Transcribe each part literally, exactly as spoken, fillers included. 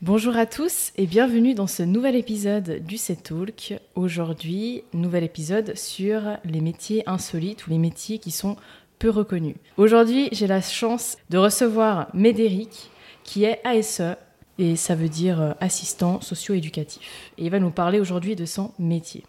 Bonjour à tous et bienvenue dans ce nouvel épisode du C Talk. Aujourd'hui, nouvel épisode sur les métiers insolites ou les métiers qui sont peu reconnus. Aujourd'hui, j'ai la chance de recevoir Médéric qui est A S E et ça veut dire assistant socio-éducatif. Et il va nous parler aujourd'hui de son métier.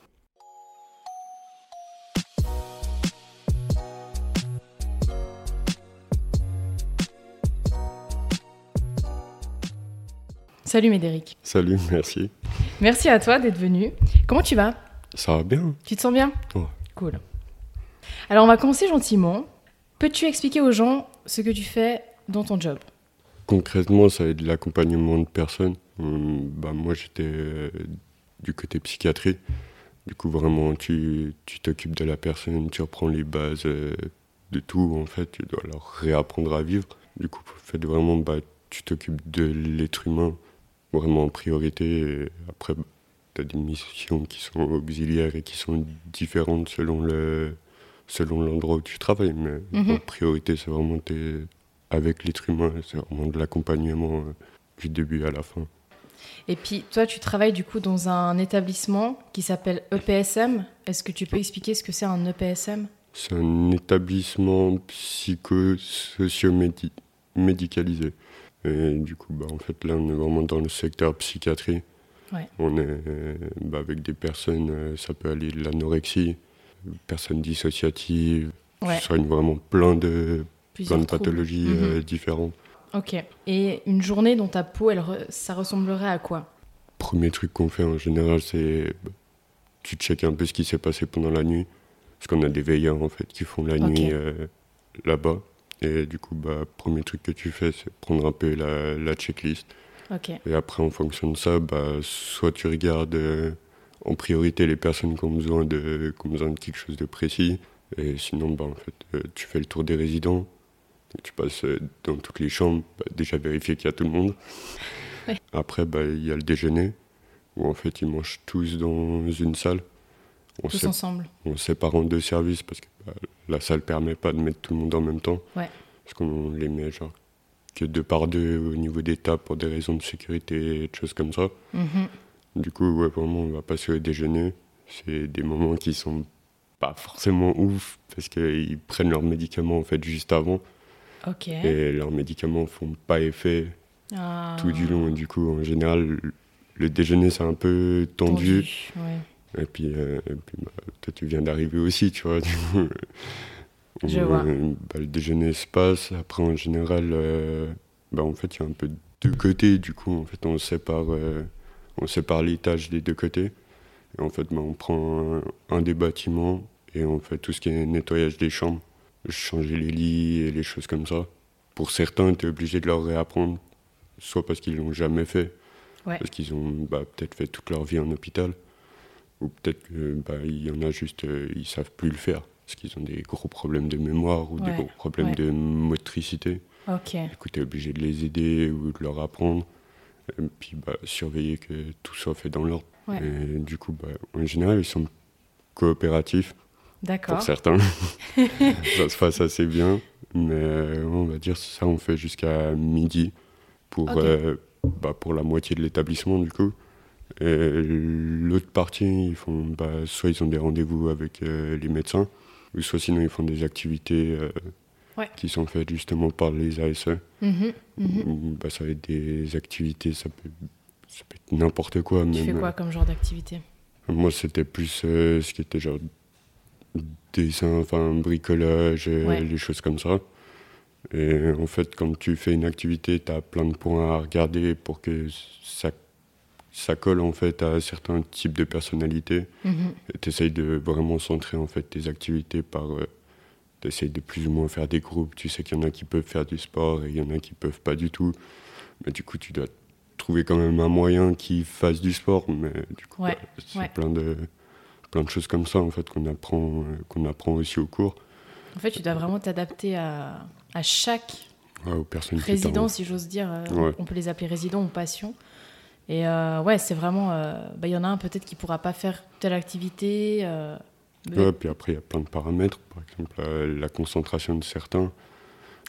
Salut Médéric. Salut, merci. Merci à toi d'être venu. Comment tu vas ? Ça va bien. Tu te sens bien ? Ouais. Cool. Alors on va commencer gentiment. Peux-tu expliquer aux gens ce que tu fais dans ton job ? Concrètement, ça va être de l'accompagnement de personnes. Hum, bah, moi, j'étais euh, du côté psychiatrie. Du coup, vraiment, tu, tu t'occupes de la personne, tu reprends les bases euh, de tout, en fait. Tu dois leur réapprendre à vivre. Du coup, en fait, vraiment, bah, tu t'occupes de l'être humain, vraiment en priorité. Et après, tu as des missions qui sont auxiliaires et qui sont différentes selon, le, selon l'endroit où tu travailles. Mais Mhm. en priorité, c'est vraiment t'es avec l'être humain. C'est vraiment de l'accompagnement euh, du début à la fin. Et puis toi, tu travailles du coup dans un établissement qui s'appelle E P S M. Est-ce que tu peux expliquer ce que c'est un E P S M ? C'est un établissement psycho-socio-médicalisé. Et du coup, bah, en fait, là, on est vraiment dans le secteur psychiatrie. Ouais. On est euh, bah, avec des personnes, euh, ça peut aller de l'anorexie, personnes dissociatives, Ouais. ça soigne vraiment plein de, Plusieurs plein de troubles. pathologies Mhm. euh, différentes. Ok. Et une journée dans ta peau, elle re- ça ressemblerait à quoi ? Premier truc qu'on fait en général, c'est bah, tu checkes un peu ce qui s'est passé pendant la nuit. Parce qu'on a des veilleurs en fait qui font la Ok. nuit euh, là-bas. Et du coup, bah, premier truc que tu fais, c'est prendre un peu la, la checklist. Ok. Et après, en fonction de ça, bah, soit tu regardes euh, en priorité les personnes qui ont besoin de, qui ont besoin de quelque chose de précis. Et sinon, bah, en fait, euh, tu fais le tour des résidents. Donc, tu passes euh, dans toutes les chambres, bah, déjà vérifier qu'il y a tout le monde. Ouais. Après, bah, il y a le déjeuner, où en fait, ils mangent tous dans une salle. On Tous sé- ensemble. on sépare en deux services parce que bah, la salle permet pas de mettre tout le monde en même temps. Ouais. Parce qu'on les met genre que deux par deux au niveau des tables pour des raisons de sécurité et de choses comme ça. Mhm. Du coup, ouais, vraiment, on va passer au déjeuner. C'est des moments qui sont pas forcément ouf parce qu'ils prennent leurs médicaments en fait juste avant Ok. et leurs médicaments font pas effet Ah. tout du long. Et du coup, en général, le déjeuner c'est un peu tendu. Tendu. Ouais. Et puis, euh, et puis bah, toi, tu viens d'arriver aussi, tu vois. Du coup, on- Je vois. bah, le déjeuner se passe. Après, en général, euh, bah, en fait, il y a un peu deux côtés. Du coup, en fait, on sépare, euh, on sépare les tâches des deux côtés. Et en fait, bah, on prend un, un des bâtiments et on fait tout ce qui est nettoyage des chambres, changer les lits et les choses comme ça. Pour certains, tu es obligé de leur réapprendre, soit parce qu'ils l'ont jamais fait, Ouais. parce qu'ils ont bah, peut-être fait toute leur vie en hôpital. Ou peut-être qu'il bah, y en a juste, euh, ils savent plus le faire, parce qu'ils ont des gros problèmes de mémoire ou des Ouais, gros problèmes ouais. de motricité. Ok. Du coup, tu es obligé de les aider ou de leur apprendre. Et puis, bah, surveiller que tout soit fait dans l'ordre. Ouais. Et du coup, bah, en général, ils sont coopératifs D'accord. pour certains. Ça se passe assez bien. Mais euh, on va dire ça, on fait jusqu'à midi pour, Ok. euh, bah, pour la moitié de l'établissement, du coup. Et l'autre partie, ils font, bah, soit ils ont des rendez-vous avec euh, les médecins, ou soit sinon ils font des activités euh, Ouais. qui sont faites justement par les A S E. Mhm. Mhm. Ou, bah, ça va être des activités, ça peut, ça peut être n'importe quoi. Tu Même. fais quoi comme genre d'activité ? Moi, c'était plus euh, ce qui était genre dessin, enfin bricolage, euh, Ouais. les choses comme ça. Et en fait, quand tu fais une activité, tu as plein de points à regarder pour que ça, ça colle en fait à certains types de personnalités. Mhm. Tu essayes de vraiment centrer en fait tes activités par... Euh, tu essayes de plus ou moins faire des groupes. Tu sais qu'il y en a qui peuvent faire du sport et il y en a qui peuvent pas du tout. Mais du coup, tu dois trouver quand même un moyen qui fasse du sport. Mais du coup, Ouais, bah, c'est ouais. plein de, plein de choses comme ça en fait qu'on apprend, euh, qu'on apprend aussi au cours. En fait, tu dois vraiment t'adapter à, à chaque Ouais, aux personnes qui résident, t'arrivent. si j'ose dire. Euh, Ouais. On peut les appeler résidents ou patients. Et euh, ouais, c'est vraiment... euh, bah, y en a un peut-être qui pourra pas faire telle activité. euh, mais- Ouais, puis après, il y a plein de paramètres. Par exemple, la, la concentration de certains.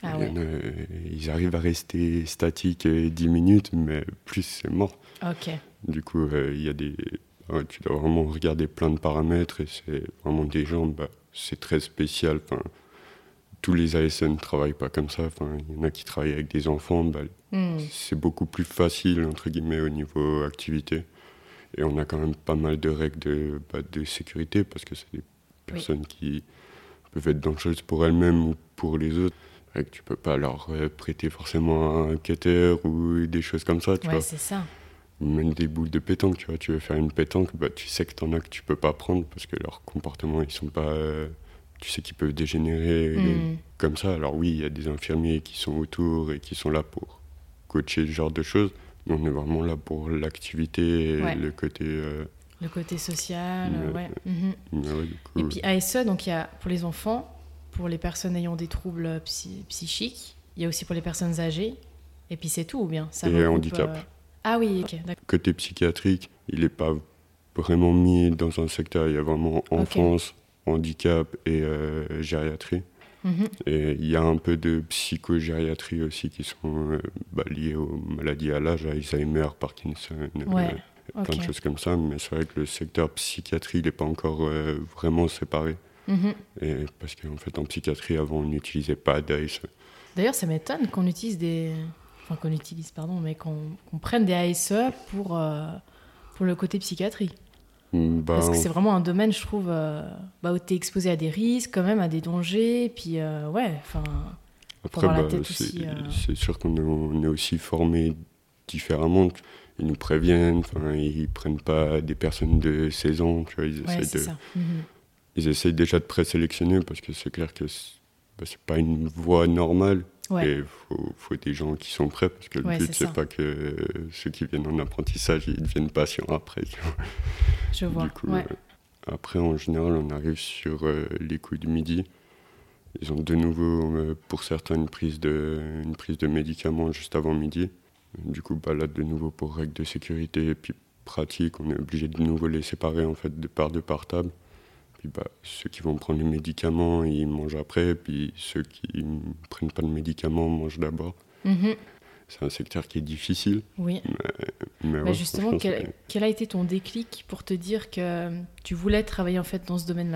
Ah Il y ouais. en a, ils arrivent à rester statiques euh, dix minutes, mais plus c'est mort. Ok. Du coup, euh, il y a des... ouais, tu dois vraiment regarder plein de paramètres et c'est vraiment des gens, bah, c'est très spécial. Enfin, tous les A S N ne travaillent pas comme ça. Enfin, il y en a qui travaillent avec des enfants. Bah, Hmm. c'est beaucoup plus facile, entre guillemets, au niveau activité. Et on a quand même pas mal de règles de, bah, de sécurité parce que c'est des personnes oui. qui peuvent être dangereuses pour elles-mêmes ou pour les autres. Et que tu peux pas leur euh, prêter forcément un cutter ou des choses comme ça, tu ouais, vois. c'est ça. Même des boules de pétanque, tu vois. Tu veux faire une pétanque, bah, tu sais que t'en as que tu peux pas prendre parce que leurs comportements, ils sont pas... Euh, tu sais qu'ils peuvent dégénérer Mm. comme ça. Alors oui, il y a des infirmiers qui sont autour et qui sont là pour coacher ce genre de choses. Mais on est vraiment là pour l'activité et ouais. le côté... Euh, le côté social, mais, ouais. Mm-hmm. mais ouais du coup, et puis A S E, donc il y a pour les enfants, pour les personnes ayant des troubles psy- psychiques, il y a aussi pour les personnes âgées, et puis c'est tout, ou bien ça et regroupe, handicap. Euh... Ah oui, ok, d'accord. Côté psychiatrique, il n'est pas vraiment mis dans un secteur. Il y a vraiment enfance, okay. handicap et euh, gériatrie. Mm-hmm. Et il y a un peu de psychogériatrie aussi qui sont euh, bah, liées aux maladies à l'âge, Alzheimer, Parkinson, ouais. euh, plein okay. de choses comme ça. Mais c'est vrai que le secteur psychiatrie, il n'est pas encore euh, vraiment séparé. Mm-hmm. Et parce qu'en fait, en psychiatrie, avant, on n'utilisait pas d'A S E. D'ailleurs, ça m'étonne qu'on utilise des... Enfin, qu'on utilise, pardon, mais qu'on, qu'on prenne des A S E pour, euh, pour le côté psychiatrie. Bah, Parce que c'est vraiment un domaine, je trouve, euh, bah, où tu es exposé à des risques, quand même, à des dangers, et puis, euh, ouais, enfin... Après, bah, c'est, aussi, euh... c'est sûr qu'on est, on est aussi formés différemment. Ils nous préviennent, ils ne prennent pas des personnes de seize ans, tu vois, ils ouais, essayent de... Ça. Mm-hmm. Ils essayent déjà de présélectionner, parce que c'est clair que c'est, bah, c'est pas une voie normale. Ouais. Et il faut, faut des gens qui sont prêts, parce que le ouais, but, c'est, c'est pas que ceux qui viennent en apprentissage, ils deviennent patients après. Tu vois. Je vois, du coup, ouais. euh, après, en général, on arrive sur euh, les coups de midi. Ils ont de nouveau, euh, pour certains, une prise, de, une prise de médicaments juste avant midi. Du coup, bah, là, de nouveau, pour règles de sécurité et puis pratique, on est obligé de nouveau les séparer, en fait, de par de par table. Puis bah, ceux qui vont prendre les médicaments, ils mangent après, puis ceux qui ne prennent pas de médicaments mangent d'abord. Mm-hmm. C'est un secteur qui est difficile. Oui. Mais, mais bah ouais, justement, quel, quel a été ton déclic pour te dire que tu voulais travailler en fait dans ce domaine-là ?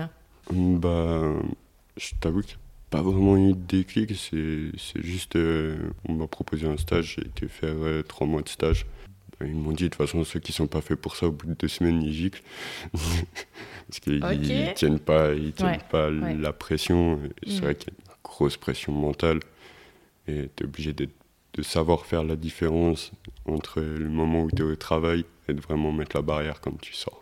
Bah, je t'avoue qu'il n'y a pas vraiment eu de déclic. C'est, c'est juste, euh, on m'a proposé un stage, j'ai été faire euh, trois mois de stage. Ils m'ont dit, de toute façon, ceux qui ne sont pas faits pour ça, au bout de deux semaines, ils giclent. Parce qu'ils okay. ne tiennent pas, ils tiennent ouais. pas ouais. la pression. Et c'est mmh. vrai qu'il y a une grosse pression mentale. Et tu es obligé de, de savoir faire la différence entre le moment où tu es au travail et de vraiment mettre la barrière quand tu sors.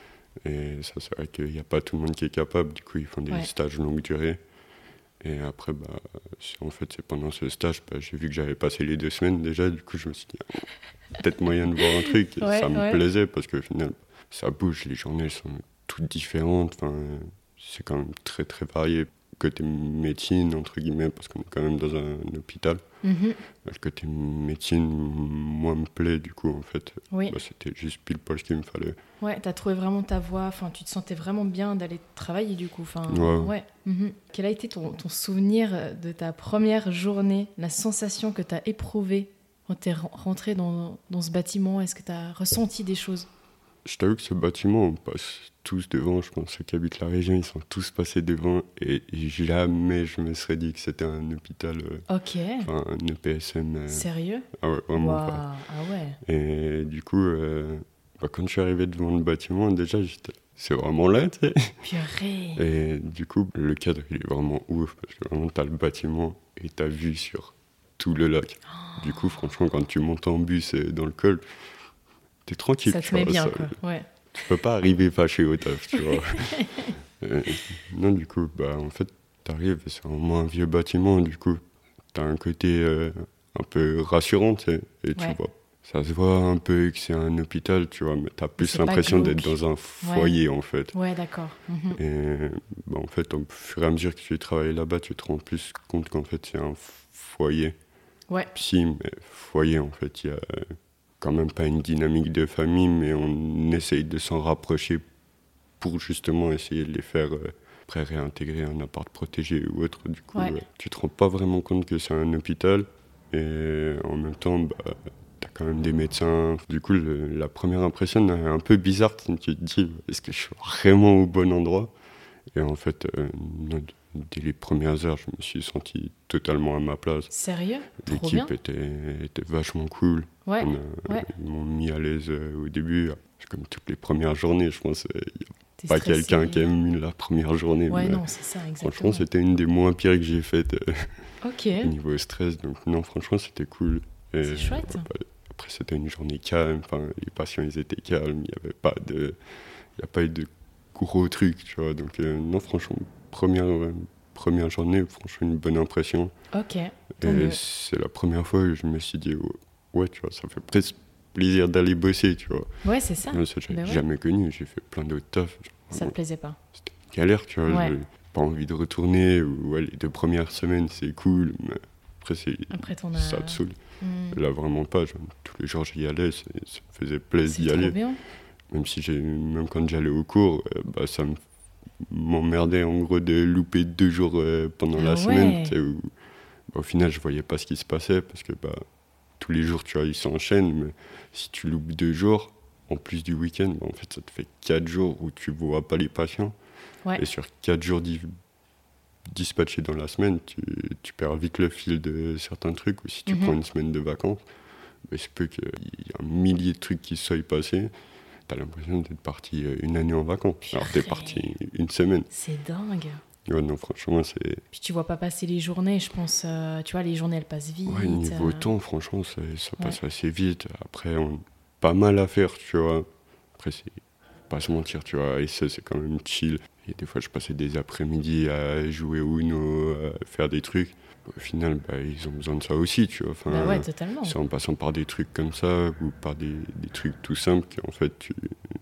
Et ça, c'est vrai qu'il n'y a pas tout le monde qui est capable. Du coup, ils font des ouais. stages longue durée. Et après, bah, en fait, c'est pendant ce stage, bah, j'ai vu que j'avais passé les deux semaines déjà. Du coup, je me suis dit, peut-être moyen de voir un truc. Et ouais, ça me ouais. plaisait parce qu'au final, ça bouge. Les journées sont toutes différentes. Enfin, c'est quand même très, très varié. Côté médecine, entre guillemets, parce qu'on est quand même dans un, un hôpital. Mm-hmm. Le côté médecine, moi, me plaît, du coup, en fait. Oui. Bah, c'était juste pile poil ce qu'il me fallait. Ouais, t'as trouvé vraiment ta voie, enfin, tu te sentais vraiment bien d'aller travailler, du coup. Enfin, ouais. ouais. Mm-hmm. Quel a été ton, ton souvenir de ta première journée, la sensation que t'as éprouvée quand t'es rentré dans, dans ce bâtiment? Est-ce que t'as ressenti des choses? Je t'avoue que ce bâtiment, on passe tous devant, je pense, ceux qui habitent la région, ils sont tous passés devant, et jamais je me serais dit que c'était un hôpital, euh, ok. Enfin, un E P S M. Euh... Sérieux? Ah ouais, vraiment wow. pas. Ah ouais. Et du coup, euh, bah, quand je suis arrivé devant le bâtiment, déjà, j'étais... c'est vraiment là, tu sais. Purée. Et du coup, le cadre, il est vraiment ouf, parce que vraiment, t'as le bâtiment et t'as vue sur tout le lac. Oh. Du coup, franchement, quand tu montes en bus et dans le col, t'es tranquille. Ça te met bien, ça, quoi. Ouais. Tu peux pas arriver fâché au taf, tu vois. euh, non, du coup, bah, en fait, t'arrives, c'est vraiment un vieux bâtiment, du coup, t'as un côté euh, un peu rassurant, tu sais, et ouais. tu vois. Ça se voit un peu que c'est un hôpital, tu vois, mais t'as plus l'impression d'être dans un foyer, ouais. en fait. Ouais, d'accord. Mm-hmm. Et bah, en fait, au fur et à mesure que tu travailles là-bas, tu te rends plus compte qu'en fait, c'est un foyer. Ouais. Si, mais foyer, en fait, il y a quand même pas une dynamique de famille, mais on essaye de s'en rapprocher pour justement essayer de les faire euh, après réintégrer un appart protégé ou autre. Du coup, Ouais. euh, tu te rends pas vraiment compte que c'est un hôpital. Et en même temps, bah, t'as quand même des médecins. Du coup, le, la première impression est un peu bizarre. Tu te dis, est-ce que je suis vraiment au bon endroit ? Et en fait, euh, dès les premières heures, je me suis senti totalement à ma place. Sérieux ? Trop bien. L'équipe était, était vachement cool. Ouais, On a- ouais. Ils m'ont mis à l'aise euh, au début. C'est comme toutes les premières journées, je pense. Il n'y a T'es pas stressé. quelqu'un qui aime mieux la première journée. Ouais, mais non, c'est ça, exactement. franchement, c'était une des moins pires que j'ai faites euh, Ok, au niveau stress. Donc non, franchement, c'était cool. Et, c'est chouette. euh, bah, après, c'était une journée calme. Enfin, les patients, ils étaient calmes. Il n'y avait pas de, il y a pas eu de gros trucs, tu vois. Donc euh, non, franchement, première, euh, première journée, franchement, une bonne impression. Ok, Et tant mieux. c'est la première fois que je me suis dit, oh, ouais, tu vois, ça fait presque plaisir d'aller bosser, tu vois. Ouais, c'est ça. Moi, ça, j'avais Ben ouais. jamais connu. J'ai fait plein d'autres tafs. Ça te plaisait pas. C'était une galère, tu vois. Ouais. J'avais pas envie de retourner. Ou, ouais, les deux premières semaines, c'est cool. Mais après, c'est, Après, t'en as... ça te saoule. Hmm. Là, vraiment pas. Genre, tous les jours, j'y allais. C'est- ça me faisait plaisir C'est d'y trop aller. bien. Même, si j'ai, même quand j'allais au cours, euh, bah, ça me- m'emmerdait en gros de louper deux jours euh, pendant Ah la ouais. semaine. Tu sais, où, bah, au final, je voyais pas ce qui se passait parce que bah, tous les jours, tu vois, ils s'enchaînent. Mais si tu loupes deux jours, en plus du week-end, bah, en fait, ça te fait quatre jours où tu vois pas les patients. Ouais. Et sur quatre jours di- dispatchés dans la semaine, tu, tu perds vite le fil de certains trucs. Ou si tu Mhm. prends une semaine de vacances, bah, il se peut qu'il y ait un millier de trucs qui se soient passés. T'as l'impression d'être parti euh, une année en vacances. Alors t'es Purée. parti une semaine. C'est dingue. Ouais, non, franchement, c'est. Puis tu vois pas passer les journées, je pense. euh, tu vois, les journées, elles passent vite. Ouais, niveau euh, temps, franchement, ça, ça Ouais. passe assez vite. Après, on... pas mal à faire, tu vois. Après, c'est pas se mentir, tu vois. Et ça, c'est quand même chill. Et des fois, je passais des après-midi à jouer au Uno, à faire des trucs. Au final, bah, ils ont besoin de ça aussi, tu vois. Enfin, Bah ouais, totalement. c'est en passant par des trucs comme ça ou par des, des trucs tout simples qu'en fait, tu,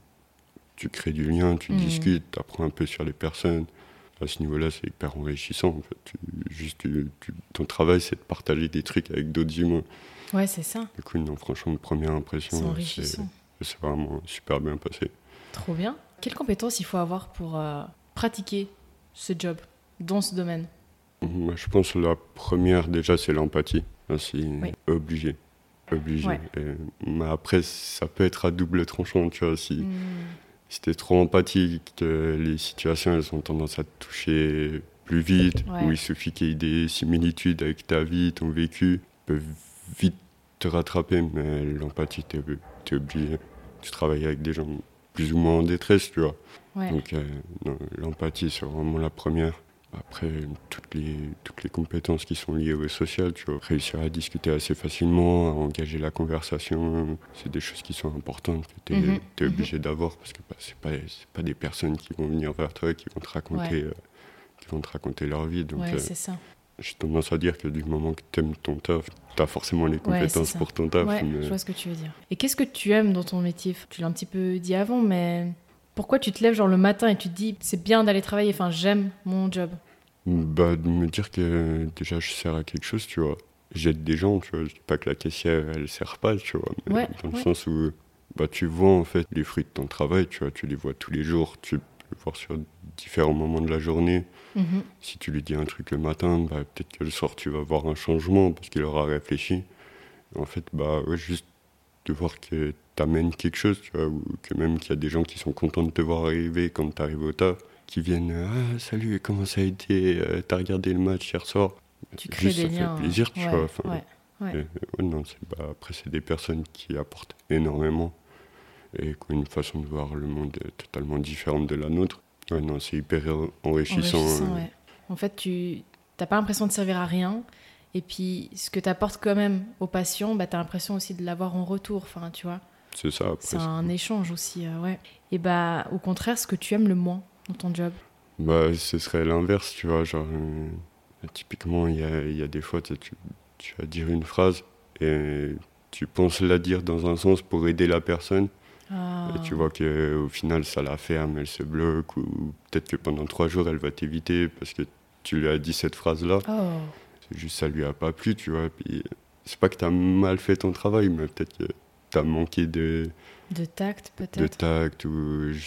tu crées du lien, tu Mhm. discutes, tu apprends un peu sur les personnes. À ce niveau-là, c'est hyper enrichissant. En fait. Tu, juste, tu- tu- ton travail, c'est de partager des trucs avec d'autres humains. Ouais, c'est ça. Du coup, non, franchement, première impression, C'est c'est, enrichissant. c'est vraiment super bien passé. Trop bien. Quelles compétences il faut avoir pour euh, pratiquer ce job dans ce domaine ? Moi, je pense que la première, déjà, c'est l'empathie. Là, c'est Oui. obligé. Obligé. Ouais. Et- mais après, ça peut être à double tranchant, tu vois. Si, Hmm. si t'es trop empathique, que les situations, elles ont tendance à te toucher plus vite, Ouais. ou il suffit qu'il y ait des similitudes avec ta vie, ton vécu, peuvent vite te rattraper, mais l'empathie, t'es, t'es obligé. Tu travailles avec des gens plus ou moins en détresse, tu vois. Ouais. Donc, euh, non, l'empathie, c'est vraiment la première. Après, toutes les, toutes les compétences qui sont liées au social, tu vois, réussir à discuter assez facilement, à engager la conversation, c'est des choses qui sont importantes que tu es Mhm, mhm. obligé d'avoir parce que bah, c'est pas, c'est pas des personnes qui vont venir vers toi, qui vont te raconter, Ouais. euh, qui vont te raconter leur vie. Donc, Ouais, euh, c'est ça. j'ai tendance à dire que du moment que tu aimes ton taf, tu as forcément les Ouais, compétences c'est ça. pour ton taf. Ouais, mais- je vois ce que tu veux dire. Et qu'est-ce que tu aimes dans ton métier ? Tu l'as un petit peu dit avant, mais pourquoi tu te lèves genre le matin et tu te dis c'est bien d'aller travailler, enfin j'aime mon job ? Bah, de me dire que déjà je sers à quelque chose, tu vois. J'aide des gens, tu vois. Je dis pas que la caissière, elle sert pas, tu vois. Mais Ouais, dans le ouais. sens où bah, tu vois en fait les fruits de ton travail, tu vois. Tu les vois tous les jours, tu peux les voir sur différents moments de la journée. Mhm. Si tu lui dis un truc le matin, bah, peut-être que le soir tu vas voir un changement parce qu'il aura réfléchi. En fait, bah, ouais, juste de voir que t'amènes quelque chose, tu vois. Ou que même qu'il y a des gens qui sont contents de te voir arriver quand t'arrives au taf, qui viennent euh, ah salut, comment ça a été, euh, t'as regardé le match hier soir. Tu crées Juste, des ça liens. fait plaisir, tu ouais, vois. Enfin, ouais, ouais. et- et ouais, non, c'est, bah, après, c'est des personnes qui apportent énormément et qui ont une façon de voir le monde euh, totalement différente de la nôtre. Ouais, non, c'est hyper enrichissant. Enrichissant, euh. ouais. En fait, tu n'as pas l'impression de servir à rien. Et puis, ce que tu apportes quand même aux patients, bah, tu as l'impression aussi de l'avoir en retour. Enfin, tu vois, C'est ça, après. c'est c'est- un échange aussi. euh, ouais. Et bah, au contraire, ce que tu aimes le moins dans ton job. Bah, ce serait l'inverse, tu vois. Genre, euh, typiquement, il y a, il y a des fois, tu, sais, tu, tu vas dire une phrase et tu penses la dire dans un sens pour aider la personne. Ah, Et tu vois qu'au final, ça la ferme, elle se bloque, ou peut-être que pendant trois jours, elle va t'éviter parce que tu lui as dit cette phrase-là. Oh, C'est juste ça lui a pas plu, tu vois. Puis, c'est pas que tu as mal fait ton travail, mais peut-être que tu as manqué de, de tact de peut-être. tact ou juste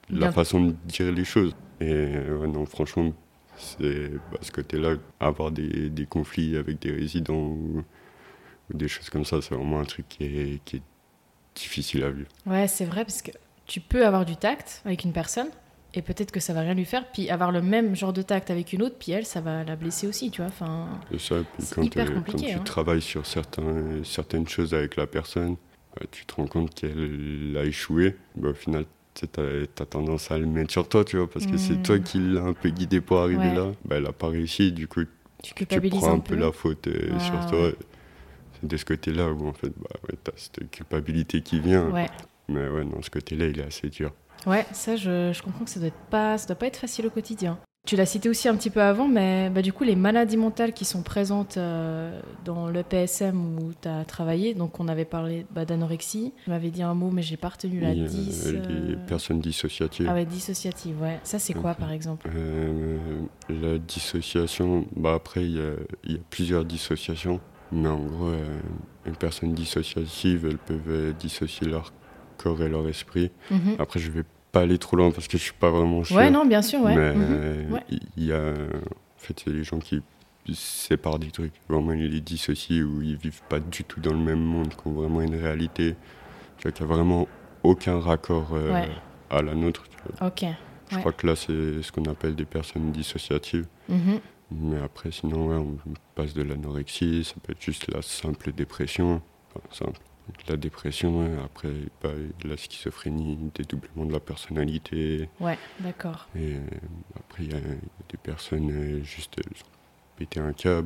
la Bien. façon de dire les choses. Et ouais, non, franchement, c'est bah, ce côté-là, avoir des, des conflits avec des résidents ou, ou des choses comme ça, c'est vraiment un truc qui est, qui est difficile à vivre. Ouais, c'est vrai, parce que tu peux avoir du tact avec une personne, et peut-être que ça va rien lui faire, puis avoir le même genre de tact avec une autre, puis elle, ça va la blesser aussi, tu vois. Enfin, Et ça, puis c'est quand, hyper euh, quand compliqué. tu Hein. travailles sur certains, certaines choses avec la personne, bah, tu te rends compte qu'elle a échoué. Bah, au final, tu as tendance à le mettre sur toi, tu vois, parce que Mmh. c'est toi qui l'as un peu guidé pour arriver Ouais. là. Bah, elle n'a pas réussi, du coup, Tu tu culpabilises prends un un peu peu. la faute euh, Ah, sur toi. ouais. C'est de ce côté-là où, en fait, bah, ouais, tu as cette culpabilité qui vient. Ouais. Mais ouais, non, ce côté-là, il est assez dur. Ouais, ça, je, je comprends que ça doit être pas, ça doit pas être facile au quotidien. Tu l'as cité aussi un petit peu avant, mais bah, du coup, les maladies mentales qui sont présentes euh, dans l'E P S M où tu as travaillé, donc on avait parlé bah, d'anorexie. Tu m'avais dit un mot, mais j'ai pas retenu la Il y a dix. les euh, personnes dissociatives. Ah ouais, dissociative, ouais. Ça, c'est quoi, Ok. par exemple? Euh, la dissociation, bah après, il y a, il y a plusieurs dissociations. Mais en gros, euh, une personne dissociative, elles peuvent euh, dissocier leur corps et leur esprit. Mhm. Après, je vais pas aller trop loin parce que je suis pas vraiment sûr. Ouais, non, bien sûr, ouais. Mais Mhm. euh, Ouais. il y a, en fait, il y a des gens qui séparent des trucs. Vraiment, ils les dissocient ou ils vivent pas du tout dans le même monde, qui ont vraiment une réalité, tu vois, qui a vraiment aucun raccord euh, Ouais. à la nôtre. Tu vois. Ok. Je Ouais. crois que là, c'est ce qu'on appelle des personnes dissociatives. Mhm. Mais après, sinon, ouais, on passe de l'anorexie, ça peut être juste la simple dépression. Enfin, simple. La dépression, ouais, après, bah, la schizophrénie, dédoublement de la personnalité. Ouais, d'accord. Et euh, après, il y a des personnes euh, juste euh, péter un câble.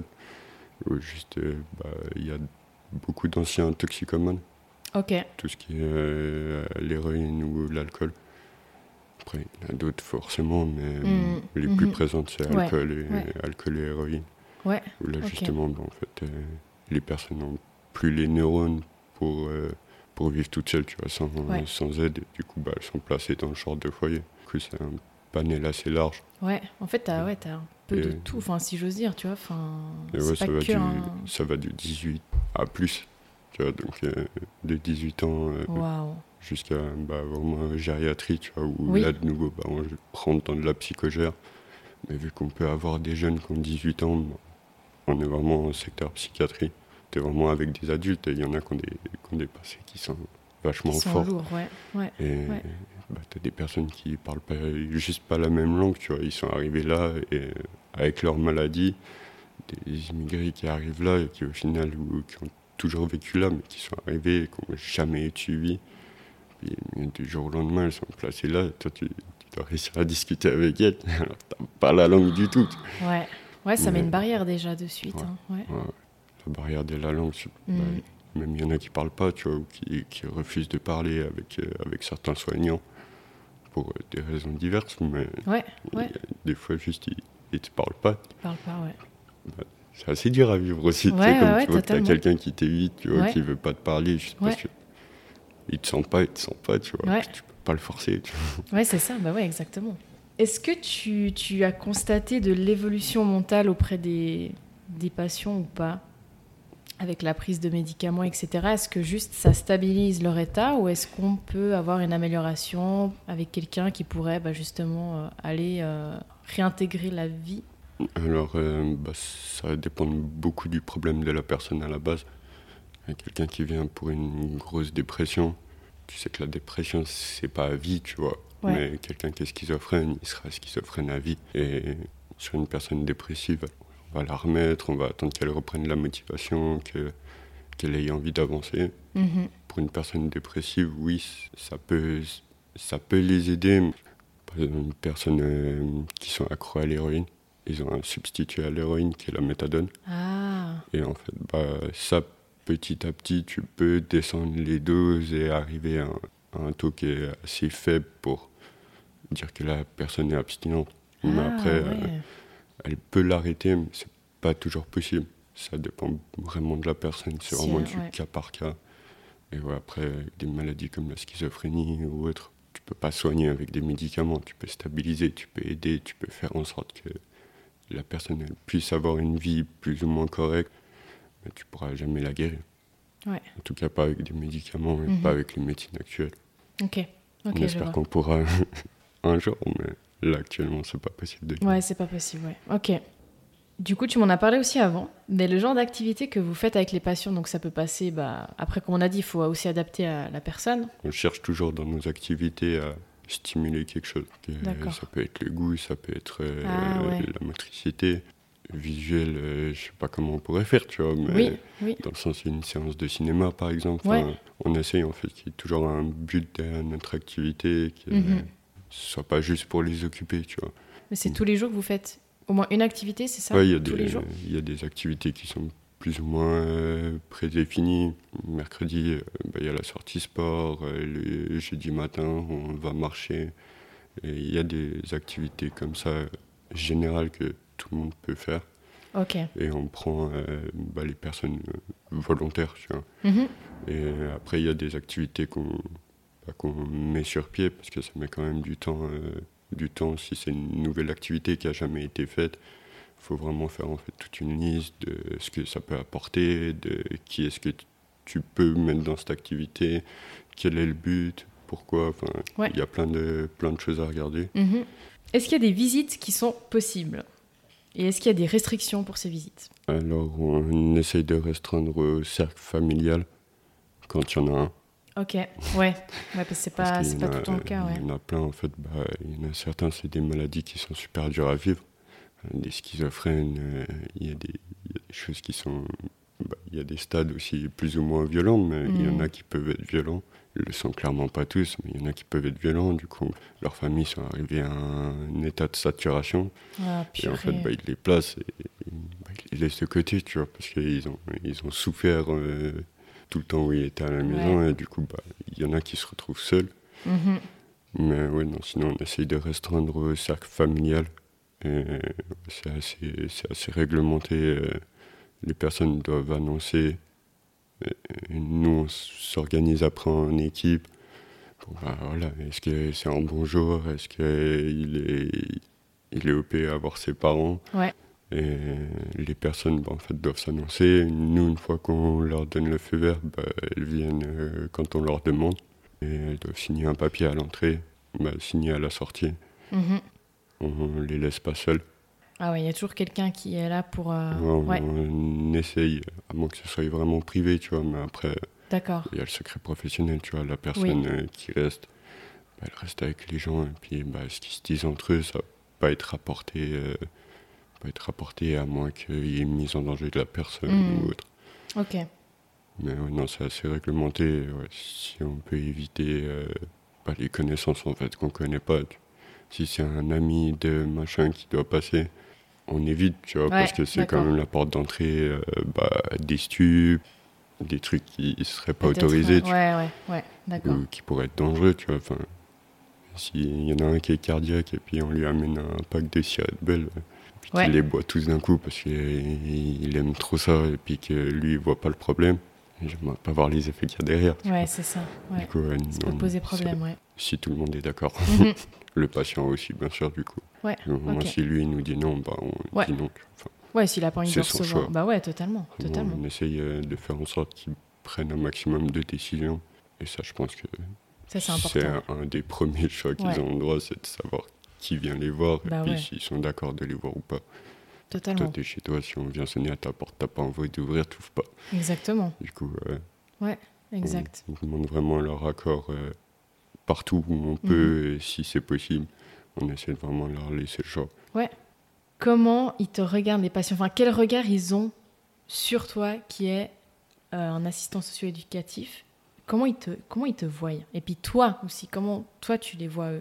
Ou juste, euh, bah, il y a beaucoup d'anciens toxicomanes. Ok. Tout ce qui est euh, l'héroïne ou l'alcool. Après, il y en a d'autres forcément, mais Mmh. les Mhm. plus présentes, c'est Ouais, alcool et, ouais. alcool et héroïne. Ouais. Où là, Ok. justement, bah, en fait, euh, les personnes n'ont plus les neurones pour, euh, pour vivre toutes seules, tu vois, sans, Ouais. sans aide. Et du coup, bah, elles sont placées dans le genre de foyer. Du coup, c'est un panel assez large. Ouais. En fait, t'as ouais, t'as un peu Et- de tout, enfin, si j'ose dire, tu vois. Enfin, Et c'est ouais, pas ça va, que du, un... ça va de dix-huit à plus. Tu vois, donc euh, de dix-huit ans euh, Waouh. jusqu'à bah, vraiment gériatrie, tu vois, où Oui. là, de nouveau, bah, on rentre dans de la psychogère. Mais vu qu'on peut avoir des jeunes qui ont dix-huit ans, bah, on est vraiment au secteur psychiatrie. T'es vraiment avec des adultes et il y en a qui ont des, qui ont des passés qui sont vachement Ils sont forts. lourds, ouais. Ouais. Et Ouais. bah, t'as des personnes qui parlent pas, juste pas la même langue, tu vois. Ils sont arrivés là et euh, avec leur maladie, des immigrés qui arrivent là et qui au final, ou, qui ont toujours vécu là, mais qui sont arrivés et qui n'ont jamais été suivis. Puis du jour au lendemain, elles sont placées là, et toi tu, tu dois réussir à discuter avec elles, alors t'as pas la langue du tout. Ouais. Ouais, ça Mais- met une barrière déjà de suite. Ouais. Hein. Ouais. Ouais, la barrière de la langue, c'est- Mm. bah, même il y en a qui parlent pas, tu vois, ou qui, qui refusent de parler avec, euh, avec certains soignants pour euh, des raisons diverses, mais Ouais, il y ouais. a des fois juste ils, ils te parlent pas. Ils parlent pas, ouais. C'est assez dur à vivre aussi, tu Ouais, sais, comme ouais, tu vois que t'as totalement. quelqu'un qui t'évite, tu vois, Ouais. qui veut pas te parler juste parce Ouais. que il te sent pas, il te sent pas, tu vois, Ouais. puis tu peux pas le forcer, tu vois. Ouais, c'est ça, bah ouais, exactement. Est-ce que tu, tu as constaté de l'évolution mentale auprès des, des patients ou pas? Avec la prise de médicaments, et cetera. Est-ce que juste ça stabilise leur état ou est-ce qu'on peut avoir une amélioration avec quelqu'un qui pourrait bah, justement euh, aller euh, réintégrer la vie? Alors, euh, bah, ça dépend beaucoup du problème de la personne à la base. Il y a quelqu'un qui vient pour une grosse dépression. Tu sais que la dépression, c'est pas à vie, tu vois. Ouais. Mais quelqu'un qui est schizophrène, il sera schizophrène à vie. Et sur une personne dépressive, on va la remettre, on va attendre qu'elle reprenne la motivation, que, qu'elle ait envie d'avancer. Mhm. Pour une personne dépressive, oui, ça peut, ça peut les aider. Par exemple, une personne euh, qui sont accros à l'héroïne, ils ont un substitut à l'héroïne qui est la méthadone. Ah, Et en fait, bah, ça, petit à petit, tu peux descendre les doses et arriver à un, à un taux qui est assez faible pour dire que la personne est abstinente. Mais ah, après, ouais. euh, elle peut l'arrêter, mais c'est pas toujours possible. Ça dépend vraiment de la personne, c'est Si, vraiment euh, du ouais. cas par cas. Et ouais, après, avec des maladies comme la schizophrénie ou autre, tu peux pas soigner avec des médicaments, tu peux stabiliser, tu peux aider, tu peux faire en sorte que la personne elle puisse avoir une vie plus ou moins correcte, mais tu pourras jamais la guérir. Ouais. En tout cas, pas avec des médicaments et Mhm. pas avec les médecines actuelles. Ok, ok, On je espère vois. qu'on pourra un jour, mais là, actuellement, c'est pas possible. De... Ouais, c'est pas possible, ouais. Ok. Du coup, tu m'en as parlé aussi avant, mais le genre d'activité que vous faites avec les patients, donc ça peut passer, bah, après, comme on a dit, il faut aussi adapter à la personne. On cherche toujours dans nos activités à stimuler quelque chose. D'accord. Ça peut être le goût, ça peut être euh, Ah, ouais. la motricité. Visuel, euh, je sais pas comment on pourrait faire, tu vois, mais Oui, oui. dans le sens d'une séance de cinéma, par exemple, Ouais. on essaye en fait qu'il y ait toujours un but derrière notre activité, que Mhm. ce soit pas juste pour les occuper, tu vois. Mais c'est tous les jours que vous faites au moins une activité, c'est ça? Ouais, il y a tous des, les jours? il y a des activités qui sont plus ou moins euh, prédéfinies. Mercredi, euh, bah, il y a la sortie sport, euh, le jeudi matin, on va marcher. Et il y a des activités comme ça, euh, générales, que tout le monde peut faire. Ok. Et on prend euh, bah, les personnes euh, volontaires, tu vois. Mhm. Et euh, après, il y a des activités qu'on bah, qu'on met sur pied, parce que ça met quand même du temps. Euh, du temps, si c'est une nouvelle activité qui n'a jamais été faite, il faut vraiment faire en fait toute une liste de ce que ça peut apporter, de qui est-ce que tu peux mettre dans cette activité, quel est le but, pourquoi. Enfin, Ouais. il y a plein de, plein de choses à regarder. Mhm. Est-ce qu'il y a des visites qui sont possibles? Et est-ce qu'il y a des restrictions pour ces visites? Alors, on essaye de restreindre au cercle familial quand il y en a un. Ok, ouais, ouais parce que c'est pas, Parce c'est qu'il y pas en a- tout le temps le cas, ouais. Il y en a plein, en fait. Bah, il y en a certains, c'est des maladies qui sont super dures à vivre. Euh, Des schizophrènes, euh, il y a des, il y a des choses qui sont... bah, il y a des stades aussi plus ou moins violents, mais il y en Mm. a qui peuvent être violents. Ils le sont clairement pas tous, mais il y en a qui peuvent être violents. Du coup, leurs familles sont arrivées à un état de saturation. Ah, Et en fait, purée. bah, ils les placent et, et, bah, ils les laissent de côté, tu vois, parce qu'ils ont, ils ont souffert euh, tout le temps où ils étaient à la maison. Ouais. Et du coup, bah, il y en a qui se retrouvent seuls. Mhm. Mais ouais, non, sinon, on essaye de restreindre au cercle familial. Et c'est assez, c'est assez réglementé. euh, Les personnes doivent annoncer. Et nous, on s'organise après en équipe. Bon, bah, voilà, est-ce que c'est un bon jour? Est-ce qu'il est, il est O P à voir ses parents? Ouais. Et les personnes, bah, en fait, doivent s'annoncer. Nous, une fois qu'on leur donne le feu vert, bah, elles viennent euh, quand on leur demande. Et elles doivent signer un papier à l'entrée, bah, signer à la sortie. Mhm. On les laisse pas seuls. Ah ouais, il y a toujours quelqu'un qui est là pour... euh, Ouais, on, Ouais, on essaye, à moins que ce soit vraiment privé, tu vois, mais après, d'accord. il y a le secret professionnel, tu vois, la personne Oui. euh, qui reste, bah, elle reste avec les gens, et puis bah, ce qu'ils se disent entre eux, ça va pas être rapporté, euh, pas être rapporté à moins qu'il y ait une mise en danger de la personne Mm. ou autre. Ok. Mais ouais, non, c'est assez réglementé, ouais, si on peut éviter euh, bah, les connaissances en fait qu'on connaît pas. tu- Si c'est un ami de machin qui doit passer, on évite, tu vois, Ouais, parce que c'est quand d'accord. même la porte d'entrée euh, bah, des stupes, des trucs qui ne seraient pas Peut-être, autorisés, euh, tu- Ouais, ouais, ouais, d'accord. ou qui pourraient être dangereux, tu vois. Enfin, s'il y en a un qui est cardiaque et puis on lui amène un pack de Red Bull, euh, puis Ouais. qu'il les boit tous d'un coup parce qu'il aime trop ça et puis que lui il voit pas le problème, j'aimerais pas voir les effets qu'il y a derrière. tu Ouais, vois. c'est ça. Du Ouais. coup, ouais, Ça peut non, poser c'est- problème, ouais. Si tout le monde est d'accord. Mhm. Le patient aussi, bien sûr, du coup. Ouais, Moi, ok. si lui il nous dit non, bah, on Ouais. dit non. Enfin, Ouais, s'il a pas envie de C'est le son recevoir. choix. Bah ouais, totalement, Nous, totalement. on essaye euh, de faire en sorte qu'ils prennent un maximum de décisions. Et ça, je pense que Ça, c'est important. un, un des premiers choix qu'ils Ouais. ont le droit, c'est de savoir qui vient les voir Bah et puis ouais. s'ils sont d'accord de les voir ou pas. Toi, Totalement. t'es chez toi, si on vient sonner à ta porte, t'as pas envie d'ouvrir, t'ouvres pas. Exactement. Du coup, euh, Ouais, exact. on, on demande vraiment leur accord euh, partout où on Mhm. peut, et si c'est possible, on essaie de vraiment leur laisser le choix. Comment ils te regardent, les patients? Enfin, quel regard ils ont sur toi qui est euh, un assistant socio-éducatif? Comment ils te, comment ils te voient? Et puis toi aussi, comment toi tu les vois eux?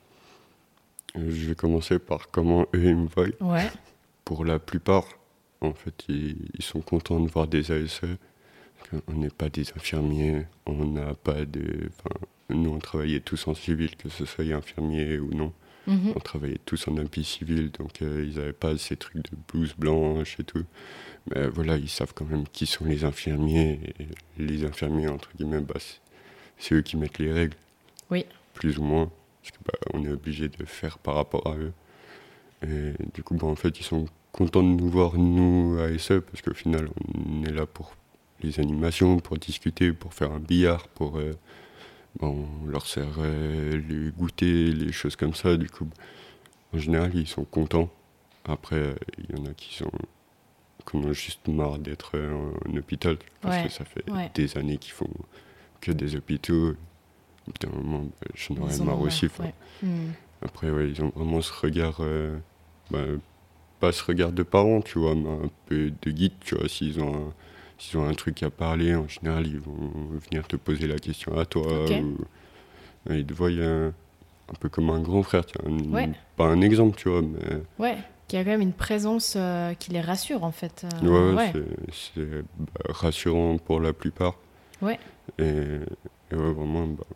Euh, Je vais commencer par comment eux ils me voient. Ouais, Pour la plupart, en fait, ils, ils sont contents de voir des A S E. Parce qu'on n'est pas des infirmiers, on n'a pas de... Enfin, nous, on travaillait tous en civil, que ce soit infirmier ou non. mhm, On travaillait tous en habit civil, donc euh, ils n'avaient pas ces trucs de blouse blanche et tout. Mais voilà, ils savent quand même qui sont les infirmiers. Et les infirmiers, entre guillemets, bah, c'est, c'est eux qui mettent les règles. Oui. Plus ou moins. Parce que bah, on est obligé de faire par rapport à eux. Et du coup, bah, en fait, ils sont contents de nous voir, nous, A S E, parce qu'au final, on est là pour les animations, pour discuter, pour faire un billard, pour euh, bah, on leur sert euh, les goûters, les choses comme ça. Du coup, en général, ils sont contents. Après, il y en a qui sont qui en ont juste marre d'être euh, en hôpital parce Ouais, que ça fait ouais. des années qu'ils font que des hôpitaux. Au bout d'un moment, bah, j'en aurais Ils en ont marre marre, aussi. 'fin, ouais. Hmm. Après, ouais, ils ont vraiment ce regard, euh, bah, pas ce regard de parents, tu vois, mais un peu de guide, tu vois. S'ils ont un, s'ils ont un truc à parler, en général, ils vont venir te poser la question à toi. Ok. Ou, ouais, ils te voient un, un peu comme un grand frère, tu vois. Ouais, Un- pas un exemple, tu vois, mais ouais. Qu'il y a quand même une présence euh, qui les rassure, en fait. ouais, Euh, ouais, ouais, c'est, c'est bah, rassurant pour la plupart. ouais. Et, et ouais, vraiment, bah,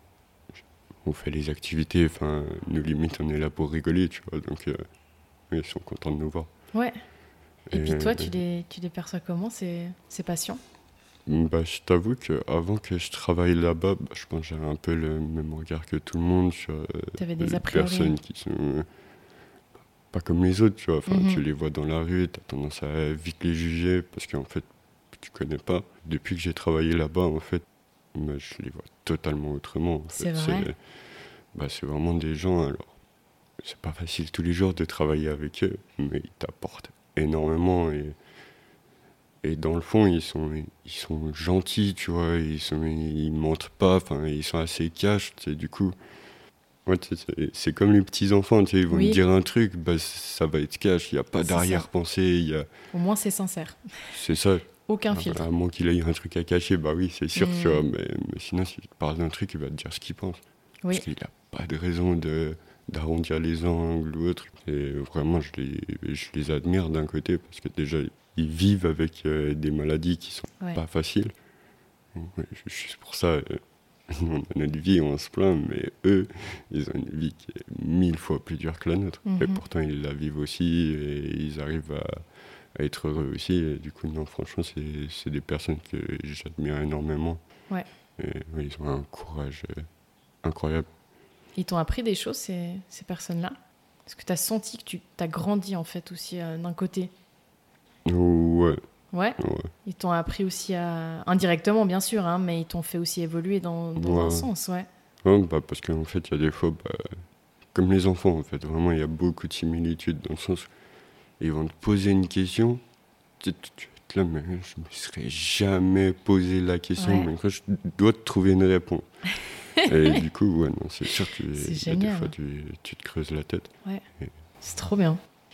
on fait les activités, enfin, nous limite, on est là pour rigoler, tu vois. Donc, euh, ils sont contents de nous voir. Ouais. Et Et, puis toi, tu les, tu les perçois comment, ces, ces patients? bah, je t'avoue qu'avant que je travaille là-bas, bah, je pense que j'avais un peu le même regard que tout le monde sur euh, Tu avais des les a priori? personnes qui sont euh, pas comme les autres, tu vois. Enfin, tu Mhm. les vois dans la rue, t'as tendance à vite les juger parce qu'en fait, tu connais pas. Depuis que j'ai travaillé là-bas, en fait, bah, je les vois totalement autrement. En fait, C'est vrai? c'est bah, c'est vraiment des gens, alors, c'est pas facile tous les jours de travailler avec eux, mais ils t'apportent énormément et Et dans le fond, ils sont, ils sont gentils, tu vois, ils, sont, ils mentent pas, enfin, ils sont assez cash, tu sais, du coup. Ouais, tu sais, c'est c'est comme les petits-enfants, tu sais, ils vont te Oui, dire un truc, bah, ça va être cash, il n'y a pas c'est ça. d'arrière-pensée, il y a... Au moins, c'est sincère. c'est ça. Aucun À, à filtre. moins qu'il ait un truc à cacher, bah oui, c'est sûr, tu vois, Hmm. mais, mais sinon, s'il te parle d'un truc, il va te dire ce qu'il pense. Parce Oui, qu'il n'a pas de raison de d'arrondir les angles ou autre. Et vraiment, je les, je les admire d'un côté, parce que déjà, ils vivent avec euh, des maladies qui sont ouais. pas faciles. Ouais, juste pour ça, euh, on a notre vie, on se plaint, mais eux, ils ont une vie qui est mille fois plus dure que la nôtre. Et Mhm. pourtant, ils la vivent aussi, et ils arrivent à, à être heureux aussi. Et du coup, non, franchement, c'est, c'est des personnes que j'admire énormément. Ouais. Et ouais, ils ont un courage euh, incroyable. Ils t'ont appris des choses, ces, ces personnes-là? Est-ce que tu as senti que tu as grandi, en fait, aussi euh, d'un côté? Ouais, Ouais. ouais, Ils t'ont appris aussi à... indirectement, bien sûr, hein, mais ils t'ont fait aussi évoluer dans, dans un ouais. sens, ouais. Ouais, bah, parce qu'en fait, il y a des fois, bah, comme les enfants, en fait, vraiment, il y a beaucoup de similitudes dans le sens où ils vont te poser une question. Tu, tu, tu vas être là, mais je me serais jamais posé la question, Ouais. mais quand je dois te trouver une réponse. Et du coup, ouais, non, c'est sûr que C'est il y a des génial. fois, tu, tu te creuses la tête. Ouais. Et- C'est trop bien.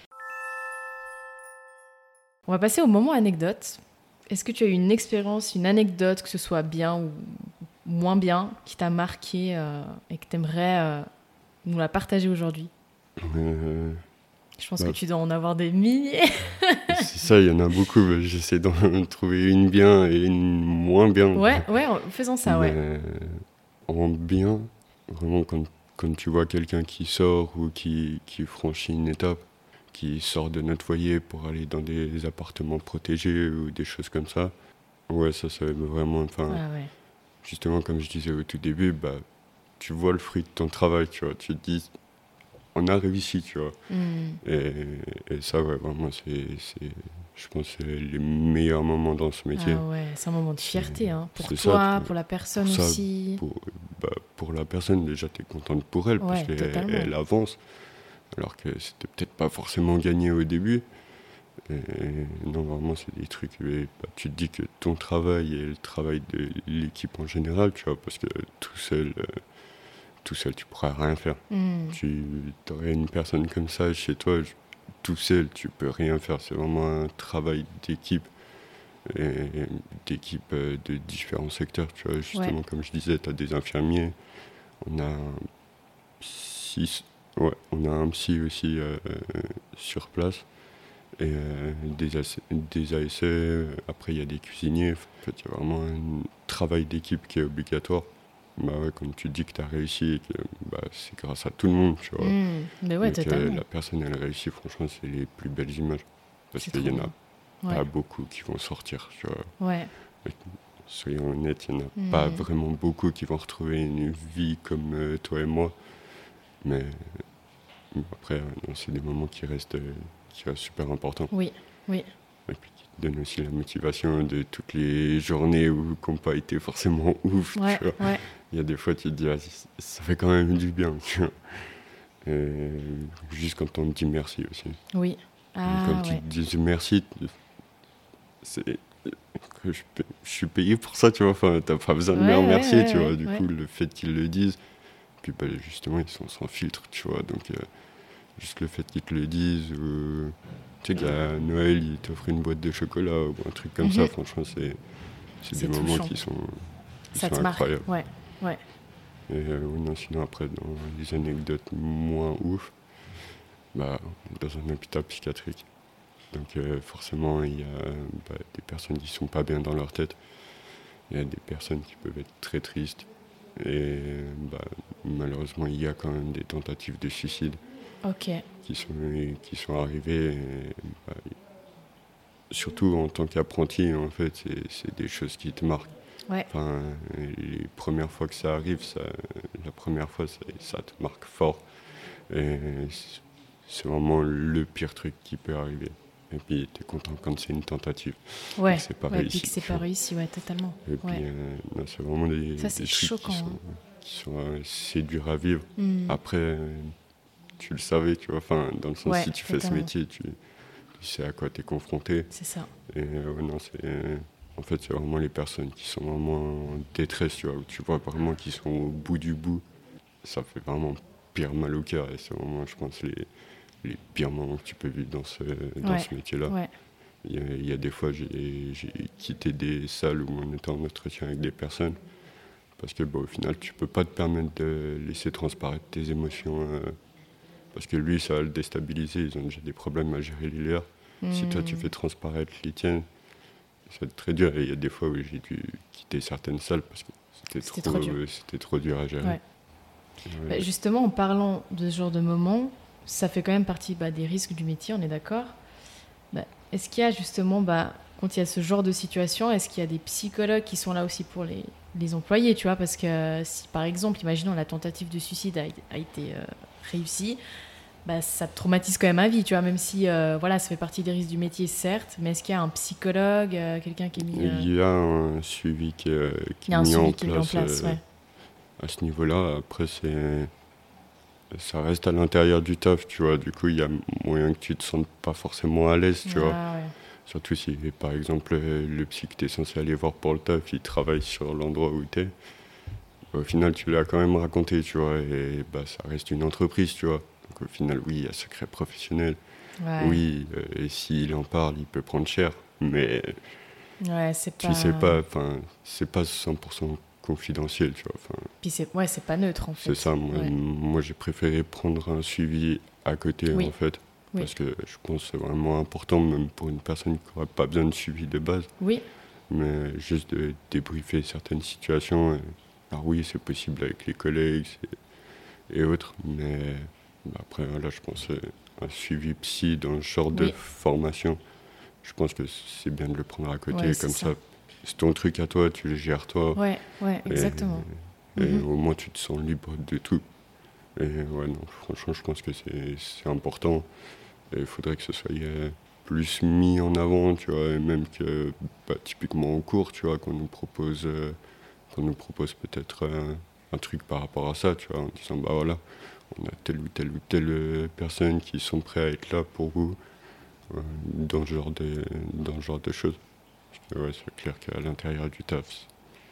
On va passer au moment anecdote. Est-ce que tu as eu une expérience, une anecdote, que ce soit bien ou moins bien, qui t'a marqué euh, et que tu aimerais nous la partager aujourd'hui? euh, Je pense bah, que tu dois en avoir des milliers. c'est ça, il y en a beaucoup. mais J'essaie d'en trouver une bien et une moins bien. Ouais, ouais, en- faisons ça, Mais ouais. euh, en bien, vraiment, quand, quand tu vois quelqu'un qui sort ou qui, qui franchit une étape, qui sort de notre foyer pour aller dans des appartements protégés ou des choses comme ça, ouais, ça, ça va vraiment. Enfin, Ah ouais. justement, comme je disais au tout début, bah, tu vois le fruit de ton travail, tu vois. Tu te dis, on a réussi, tu vois. Hmm. Et, et ça, ouais, vraiment, c'est, c'est, je pense que c'est les meilleurs moments dans ce métier. Ah ouais, c'est un moment de C'est- fierté, hein. Pour c'est ça, toi, tu- pour la personne pour ça, aussi. Pour, bah, pour la personne, déjà, tu es contente pour elle, parce Ouais, qu'elle totalement. elle avance, alors que c'était peut-être pas forcément gagné au début. Et, non, vraiment, c'est des trucs. Et, bah, tu te dis que ton travail et le travail de l'équipe en général, tu vois, parce que tout seul, euh, tout seul, tu pourras rien faire. Hmm. Tu aurais une personne comme ça chez toi, je- tout seul, tu peux rien faire. C'est vraiment un travail d'équipe, et d'équipe euh, de différents secteurs. Tu vois, justement, Ouais. comme je disais, tu as des infirmiers, on a un psy, ouais, on a un psy aussi euh, euh, sur place, et euh, des, A C des A S C, après il y a des cuisiniers. En fait, il y a vraiment un travail d'équipe qui est obligatoire. Bah ouais, comme tu dis que tu as réussi, et que bah, c'est grâce à tout le monde, tu vois. Hmm. Mais ouais, Donc euh, totalement. la personne, elle réussit, franchement, c'est les plus belles images. Parce C'est qu'il y trop en a bien. pas Ouais. beaucoup qui vont sortir, tu vois. Ouais. Soyons honnêtes, il n'y en a Hmm. pas vraiment beaucoup qui vont retrouver une vie comme euh, toi et moi. Mais, mais après, euh, non, c'est des moments qui restent, euh, qui restent super importants. Oui, oui. Et puis qui donne aussi la motivation de toutes les journées où qui n'ont pas été forcément ouf. Ouais, tu vois. ouais. Il y a des fois, tu te dis, ah, ça fait quand même du bien. Tu vois. Et juste quand on te dit merci aussi. Oui. Ah, quand ouais. tu te dis merci, c'est que je, je suis payé pour ça, tu vois. Enfin, t'as pas besoin de Ouais, me ouais, remercier, ouais, tu vois. ouais, Du ouais. coup, le fait qu'ils le disent, puis bah, justement, ils sont sans filtre, tu vois. Donc, euh, juste le fait qu'ils te le disent, ou tu sais qu'à Noël, ils t'offrent une boîte de chocolat ou un truc comme Mhm. ça, franchement, c'est, c'est, C'est des moments touchant. qui sont, qui Ça sont te marque. incroyables. Ouais, ouais. Et euh, oui, non, sinon, après, dans les anecdotes moins ouf, bah, dans un hôpital psychiatrique. Donc euh, forcément, il y a bah, des personnes qui sont pas bien dans leur tête. Il y a des personnes qui peuvent être très tristes. Et bah, malheureusement, il y a quand même des tentatives de suicide Ok. qui sont, qui sont arrivées. Et, bah, surtout en tant qu'apprenti, en fait, c'est, c'est des choses qui te marquent. Ouais. Enfin, les premières fois que ça arrive, ça, la première fois, ça, ça te marque fort. Et c'est, c'est vraiment le pire truc qui peut arriver. Et puis, tu es content quand c'est une tentative. Ouais. Et que c'est pas Ouais, réussi. puis que c'est pas réussi, ouais, totalement. Et puis, Ouais. euh, non, c'est vraiment des, Ça, c'est des trucs choquant, qui sont, hein. qui sont euh, c'est dur à vivre. Mm. Après, euh, tu le savais, tu vois. Enfin, dans le sens, Ouais, si tu fais ce totalement. métier, tu, tu sais à quoi tu es confronté. C'est ça. Et euh, ouais, non, c'est, euh, en fait, c'est vraiment les personnes qui sont vraiment en détresse, tu vois. Où tu vois vraiment qu'ils sont au bout du bout. Ça fait vraiment pire mal au cœur. Et c'est vraiment, je pense, les, les pires moments que tu peux vivre dans ce, dans Ouais. ce métier-là. Ouais. Il y, a, il y a des fois, j'ai, j'ai quitté des salles où on était en entretien avec des personnes. Parce que bon, au final, tu peux pas te permettre de laisser transparaître tes émotions. Euh, parce que lui, ça va le déstabiliser. Ils ont déjà des problèmes à gérer les leurs. Mm. Si toi, tu fais transparaître les tiennes, ça va être très dur. Et il y a des fois où j'ai dû quitter certaines salles parce que c'était, C'était trop, trop dur. euh, c'était trop dur à gérer. Ouais. Ouais. Bah, justement, en parlant de ce genre de moments, ça fait quand même partie bah, des risques du métier, on est d'accord. Bah, est-ce qu'il y a justement, bah, quand il y a ce genre de situation, est-ce qu'il y a des psychologues qui sont là aussi pour les, les employés, tu vois? Parce que euh, si par exemple, imaginons la tentative de suicide a, a été euh, réussie, bah, ça te traumatise quand même à vie, tu vois, même si euh, voilà, ça fait partie des risques du métier, certes, mais est-ce qu'il y a un psychologue, euh, quelqu'un qui est mis... euh, Il y a un suivi qui est, qui Il y a un est mis suivi en qui est mis en place, place, euh, ouais. à ce niveau-là. Après, c'est, ça reste à l'intérieur du taf, tu vois. Du coup, il y a moyen que tu te sentes pas forcément à l'aise, tu vois. Ah, ouais. Surtout si, par exemple, le psy que tu es censé aller voir pour le taf, il travaille sur l'endroit où tu es. Au final, tu l'as quand même raconté, tu vois. Et bah, ça reste une entreprise, tu vois. Donc au final, oui, il y a secret professionnel. Ouais. Oui, euh, et s'il en parle, il peut prendre cher. Mais Ouais, c'est tu pas... sais pas, enfin, c'est pas cent pour cent confidentiel, tu vois. Enfin, Puis c'est, ouais, c'est pas neutre, en fait. c'est ça, moi, Ouais. moi j'ai préféré prendre un suivi à côté, Oui. en fait. Oui. Parce que je pense que c'est vraiment important, même pour une personne qui n'aurait pas besoin de suivi de base. Oui, Mais juste de débriefer certaines situations. Et, alors oui, c'est possible avec les collègues c'est- et autres, mais bah, après, voilà, je pense euh, un suivi psy dans ce genre de Oui. formation, je pense que c'est bien de le prendre à côté, Ouais, c'est comme ça. ça. C'est ton truc à toi, tu le gères toi, ouais, ouais, et, exactement. et Mhm. au moins tu te sens libre de tout. Et ouais, non, franchement, je pense que c'est, c'est important. Et il faudrait que ce soit euh, plus mis en avant, tu vois, et même que, bah, typiquement en cours, tu vois, qu'on nous propose, euh, qu'on nous propose peut-être euh, un truc par rapport à ça, tu vois, en disant, bah voilà, on a telle ou telle ou telle euh, personne qui sont prêts à être là pour vous, euh, dans ce genre de, dans ce genre de choses. Parce que, ouais, c'est clair qu'à l'intérieur du taf, c'est-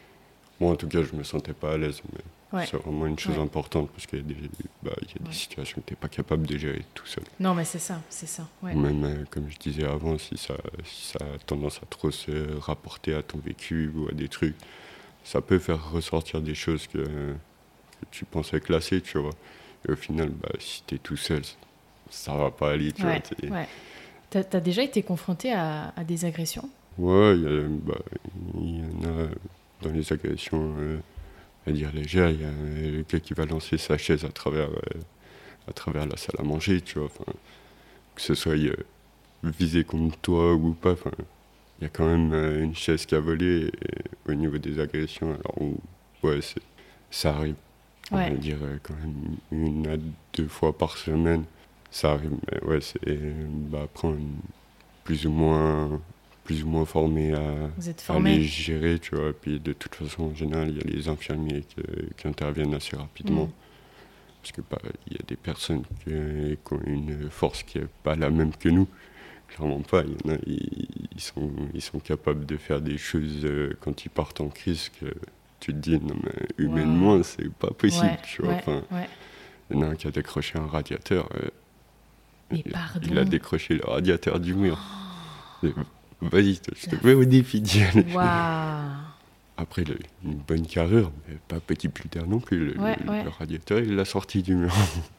moi en tout cas, je me sentais pas à l'aise, mais Ouais. c'est vraiment une chose Ouais. importante parce qu'il y a des, bah, il y a des Ouais. situations que tu n'es pas capable de gérer tout seul. Non, mais c'est ça, c'est ça. Ouais. Même, euh, comme je disais avant, si ça, si ça a tendance à trop se rapporter à ton vécu ou à des trucs, ça peut faire ressortir des choses que, que tu pensais classer, tu vois. Et au final, bah, si tu es tout seul, ça va pas aller, tu Ouais, vois. t'es- ouais. T'as, t'as déjà été confronté à, à des agressions? Ouais, il y, a- bah, il y en a dans les agressions, euh, à dire légères, il y a euh, le gars qui va lancer sa chaise à travers, euh, à travers la salle à manger, tu vois. Enfin, que ce soit euh, visé contre toi ou pas, enfin, il y a quand même euh, une chaise qui a volé et, au niveau des agressions. Alors, où, ouais, c'est, ça arrive. On Ouais. va dire euh, quand même une à deux fois par semaine. Ça arrive, mais ouais, c'est. Bah, après, on- plus ou moins plus ou moins formés à, Vous êtes à formés. les gérer, tu vois. Et puis de toute façon, en général, il y a les infirmiers qui, qui interviennent assez rapidement. Mm. Parce que bah, il y a des personnes qui, qui ont une force qui n'est pas la même que nous. Clairement pas. Il y en a, ils, ils, sont, ils sont capables de faire des choses euh, quand ils partent en crise que tu te dis, non mais humainement, wow. c'est pas possible. Ouais, tu vois. ouais, enfin, ouais. Il y en a un qui a décroché un radiateur. Euh, Mais il, pardon. il a décroché le radiateur du mur. Oh. Vas-y, je te mets au défi d'y aller. Waouh. Après, il a une bonne carrure, mais pas petit plus tard non plus. Le, ouais, le, ouais. le radiateur, il l'a sorti du mur.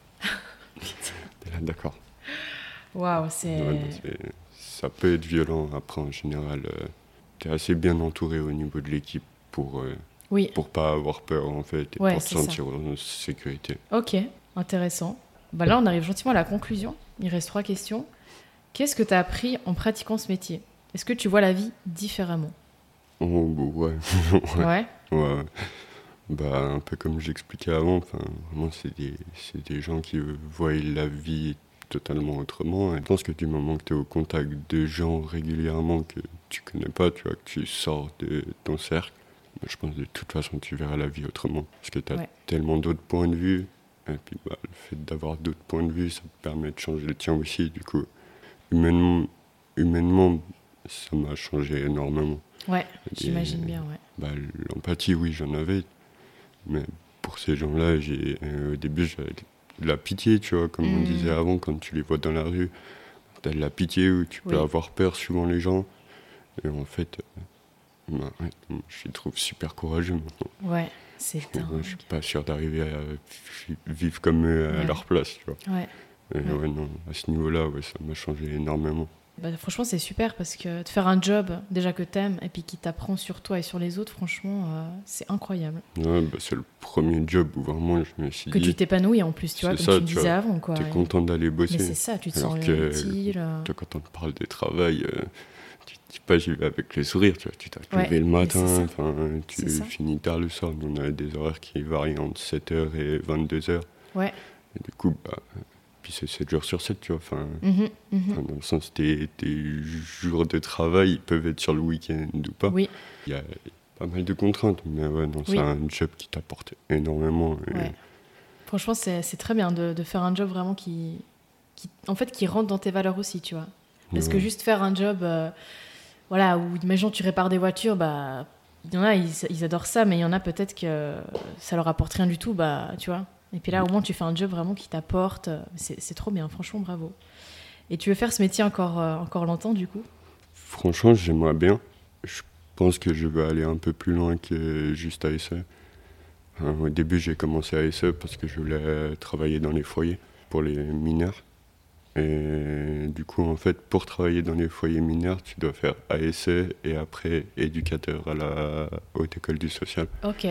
T'es là, d'accord. Waouh, c'est... Ouais, c'est... Ça peut être violent. Après, en général, euh, t'es assez bien entouré au niveau de l'équipe pour, euh, oui. pour pas avoir peur, en fait, et ouais, pour te sentir ça. en sécurité. Ok, intéressant. Bah là, on arrive gentiment à la conclusion. Il reste trois questions. Qu'est-ce que tu as appris en pratiquant ce métier ? Est-ce que tu vois la vie différemment ? Oh, ouais. ouais. ouais. Ouais. Bah, un peu comme j'expliquais avant, vraiment, c'est des, c'est des gens qui voient la vie totalement autrement. Et je pense que du moment que tu es au contact de gens régulièrement que tu connais pas, tu vois, que tu sors de ton cercle, bah, je pense que de toute façon, tu verras la vie autrement. Parce que tu as ouais. tellement d'autres points de vue. Et puis, bah, le fait d'avoir d'autres points de vue, ça te permet de changer le tien aussi. Du coup, humainement, humainement ça m'a changé énormément. Ouais, et, j'imagine bien, ouais. Bah, l'empathie, oui, j'en avais. Mais pour ces gens-là, j'ai, euh, au début, j'avais de la pitié, tu vois, comme mmh. on disait avant, quand tu les vois dans la rue. T'as de la pitié où tu peux oui. avoir peur suivant les gens. Et en fait, euh, bah, ouais, je les trouve super courageux maintenant. Ouais, c'est dingue. Ouais, je suis pas sûr d'arriver à vivre comme eux à ouais. leur place, tu vois. Ouais. Et ouais. ouais, non, à ce niveau-là, ouais, ça m'a changé énormément. Bah, franchement, c'est super parce que de faire un job déjà que t'aimes et puis qui t'apprend sur toi et sur les autres, franchement, euh, c'est incroyable. Ouais, bah, c'est le premier job où vraiment je me suis que dit... Que tu t'épanouis en plus, tu vois, comme ça, tu me disais vois, avant, quoi. T'es et... content d'aller bosser. Mais c'est ça, tu te Alors sens que, utile. Toi, quand on te parle de travail, euh, tu te dis pas j'y vais avec le sourire, tu vois. Tu t'as ouais, levé le matin, tu c'est finis tard le soir. On a des horaires qui varient entre sept heures et vingt-deux heures. Ouais. Et du coup, bah... Puis c'est sept jours sur sept, tu vois. Enfin, mmh, mmh. enfin, dans le sens, tes, tes jours de travail ils peuvent être sur le week-end ou pas. Oui. Il y a pas mal de contraintes, mais ouais, non, oui. c'est un job qui t'apporte énormément. Et... Ouais. Franchement, c'est, c'est très bien de, de faire un job vraiment qui, qui, en fait, qui rentre dans tes valeurs aussi, tu vois. Parce ouais. que juste faire un job, euh, voilà, où, imaginons, tu répares des voitures, bah, il y en a, ils, ils adorent ça, mais il y en a peut-être que ça leur apporte rien du tout, bah, tu vois. Et puis là, au moins, tu fais un job vraiment qui t'apporte. C'est, c'est trop bien, franchement, bravo. Et tu veux faire ce métier encore, euh, encore longtemps, du coup ? Franchement, j'aimerais bien. Je pense que je veux aller un peu plus loin que juste A S E. Hein, au début, j'ai commencé à A S E parce que je voulais travailler dans les foyers pour les mineurs. Et du coup, en fait, pour travailler dans les foyers mineurs, tu dois faire A S E et après éducateur à la Haute École du Social. Ok.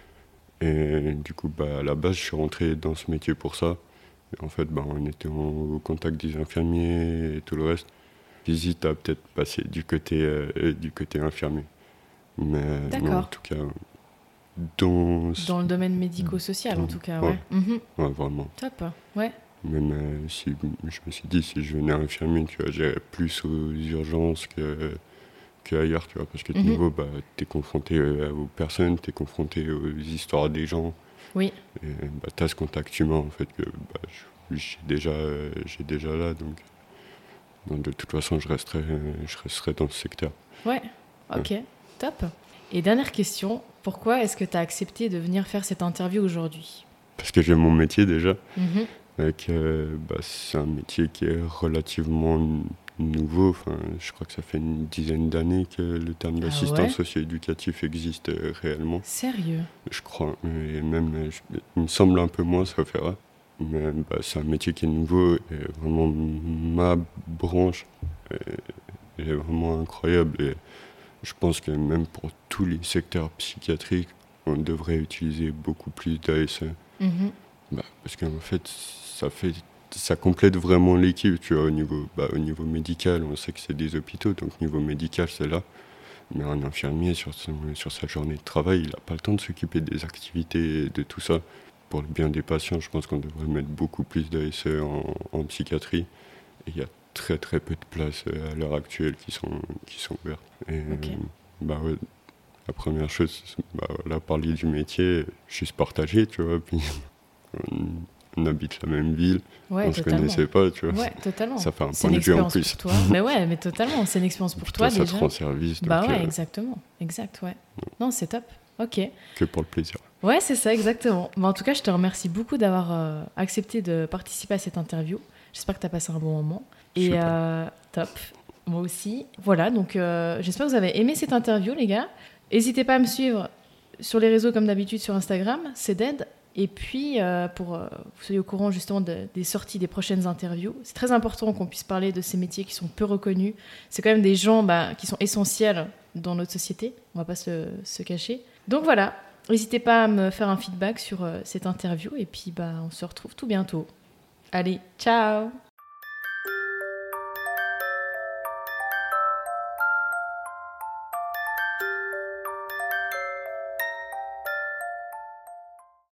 Et du coup, bah, à la base, je suis rentré dans ce métier pour ça. Et en fait, bah, on était en, au contact des infirmiers et tout le reste. J'hésite à peut-être passer du côté, euh, du côté infirmier. Mais non, en tout cas, dans... Dans le domaine médico-social, dans, en tout cas, ouais. Ouais, mmh. ouais vraiment. Top, ouais. Même euh, si, je me suis dit, si je venais infirmier, tu vois, j'irais plus aux urgences que... qu'ailleurs, tu vois, parce que de mmh. nouveau, bah, t'es confronté euh, aux personnes, t'es confronté aux histoires des gens. Oui. Et bah, t'as ce contact humain, en fait, que bah, j'ai, déjà, euh, j'ai déjà là, donc, donc de toute façon, je resterai, euh, je resterai dans ce secteur. Ouais, ok, ouais. Top. Et dernière question, pourquoi est-ce que t'as accepté de venir faire cette interview aujourd'hui ? Parce que j'aime mon métier, déjà. Mmh. Avec, euh, bah, c'est un métier qui est relativement nouveau. Enfin, je crois que ça fait une dizaine d'années que le terme d'assistant ah ouais socio-éducatif existe euh, réellement. Sérieux ? Je crois. Et même, je, il me semble un peu moins, ça fait rare. Mais bah, c'est un métier qui est nouveau et vraiment ma branche est, est vraiment incroyable. Et je pense que même pour tous les secteurs psychiatriques, on devrait utiliser beaucoup plus d'A S E. Mmh. Bah, parce qu'en fait, ça fait, ça complète vraiment l'équipe, tu vois, au niveau, bah, au niveau médical, on sait que c'est des hôpitaux, donc niveau médical, c'est là. Mais un infirmier, sur, son, sur sa journée de travail, il n'a pas le temps de s'occuper des activités et de tout ça. Pour le bien des patients, je pense qu'on devrait mettre beaucoup plus d'A S E en, en psychiatrie. Et il y a très très peu de places à l'heure actuelle qui sont, qui sont ouvertes. Et, Ok. bah ouais, la première chose, c'est, bah, là, parler du métier, juste partager, tu vois. Puis on, on habite la même ville, Ouais, on se totalement. connaissait pas, tu vois. Ouais, totalement. Ça fait un C'est point une de vue en expérience plus. pour toi. Mais ouais, mais totalement. C'est une expérience pour Puis toi, toi, ça déjà. te rend service, donc Bah ouais, euh, exactement. Exact, ouais. Non, c'est top. Ok. que pour le plaisir. Ouais, c'est ça, exactement. Mais en tout cas, je te remercie beaucoup d'avoir euh, accepté de participer à cette interview. J'espère que tu as passé un bon moment. Et Super. euh, top. Moi aussi. Voilà, donc euh, j'espère que vous avez aimé cette interview, les gars. N'hésitez pas à me suivre sur les réseaux, comme d'habitude, sur Instagram, c'est Dead. Et puis, euh, pour euh, vous soyez au courant justement de, des sorties des prochaines interviews, c'est très important qu'on puisse parler de ces métiers qui sont peu reconnus. C'est quand même des gens bah, qui sont essentiels dans notre société, on va pas se, se cacher. Donc voilà, n'hésitez pas à me faire un feedback sur euh, cette interview et puis bah, on se retrouve tout bientôt. Allez, ciao!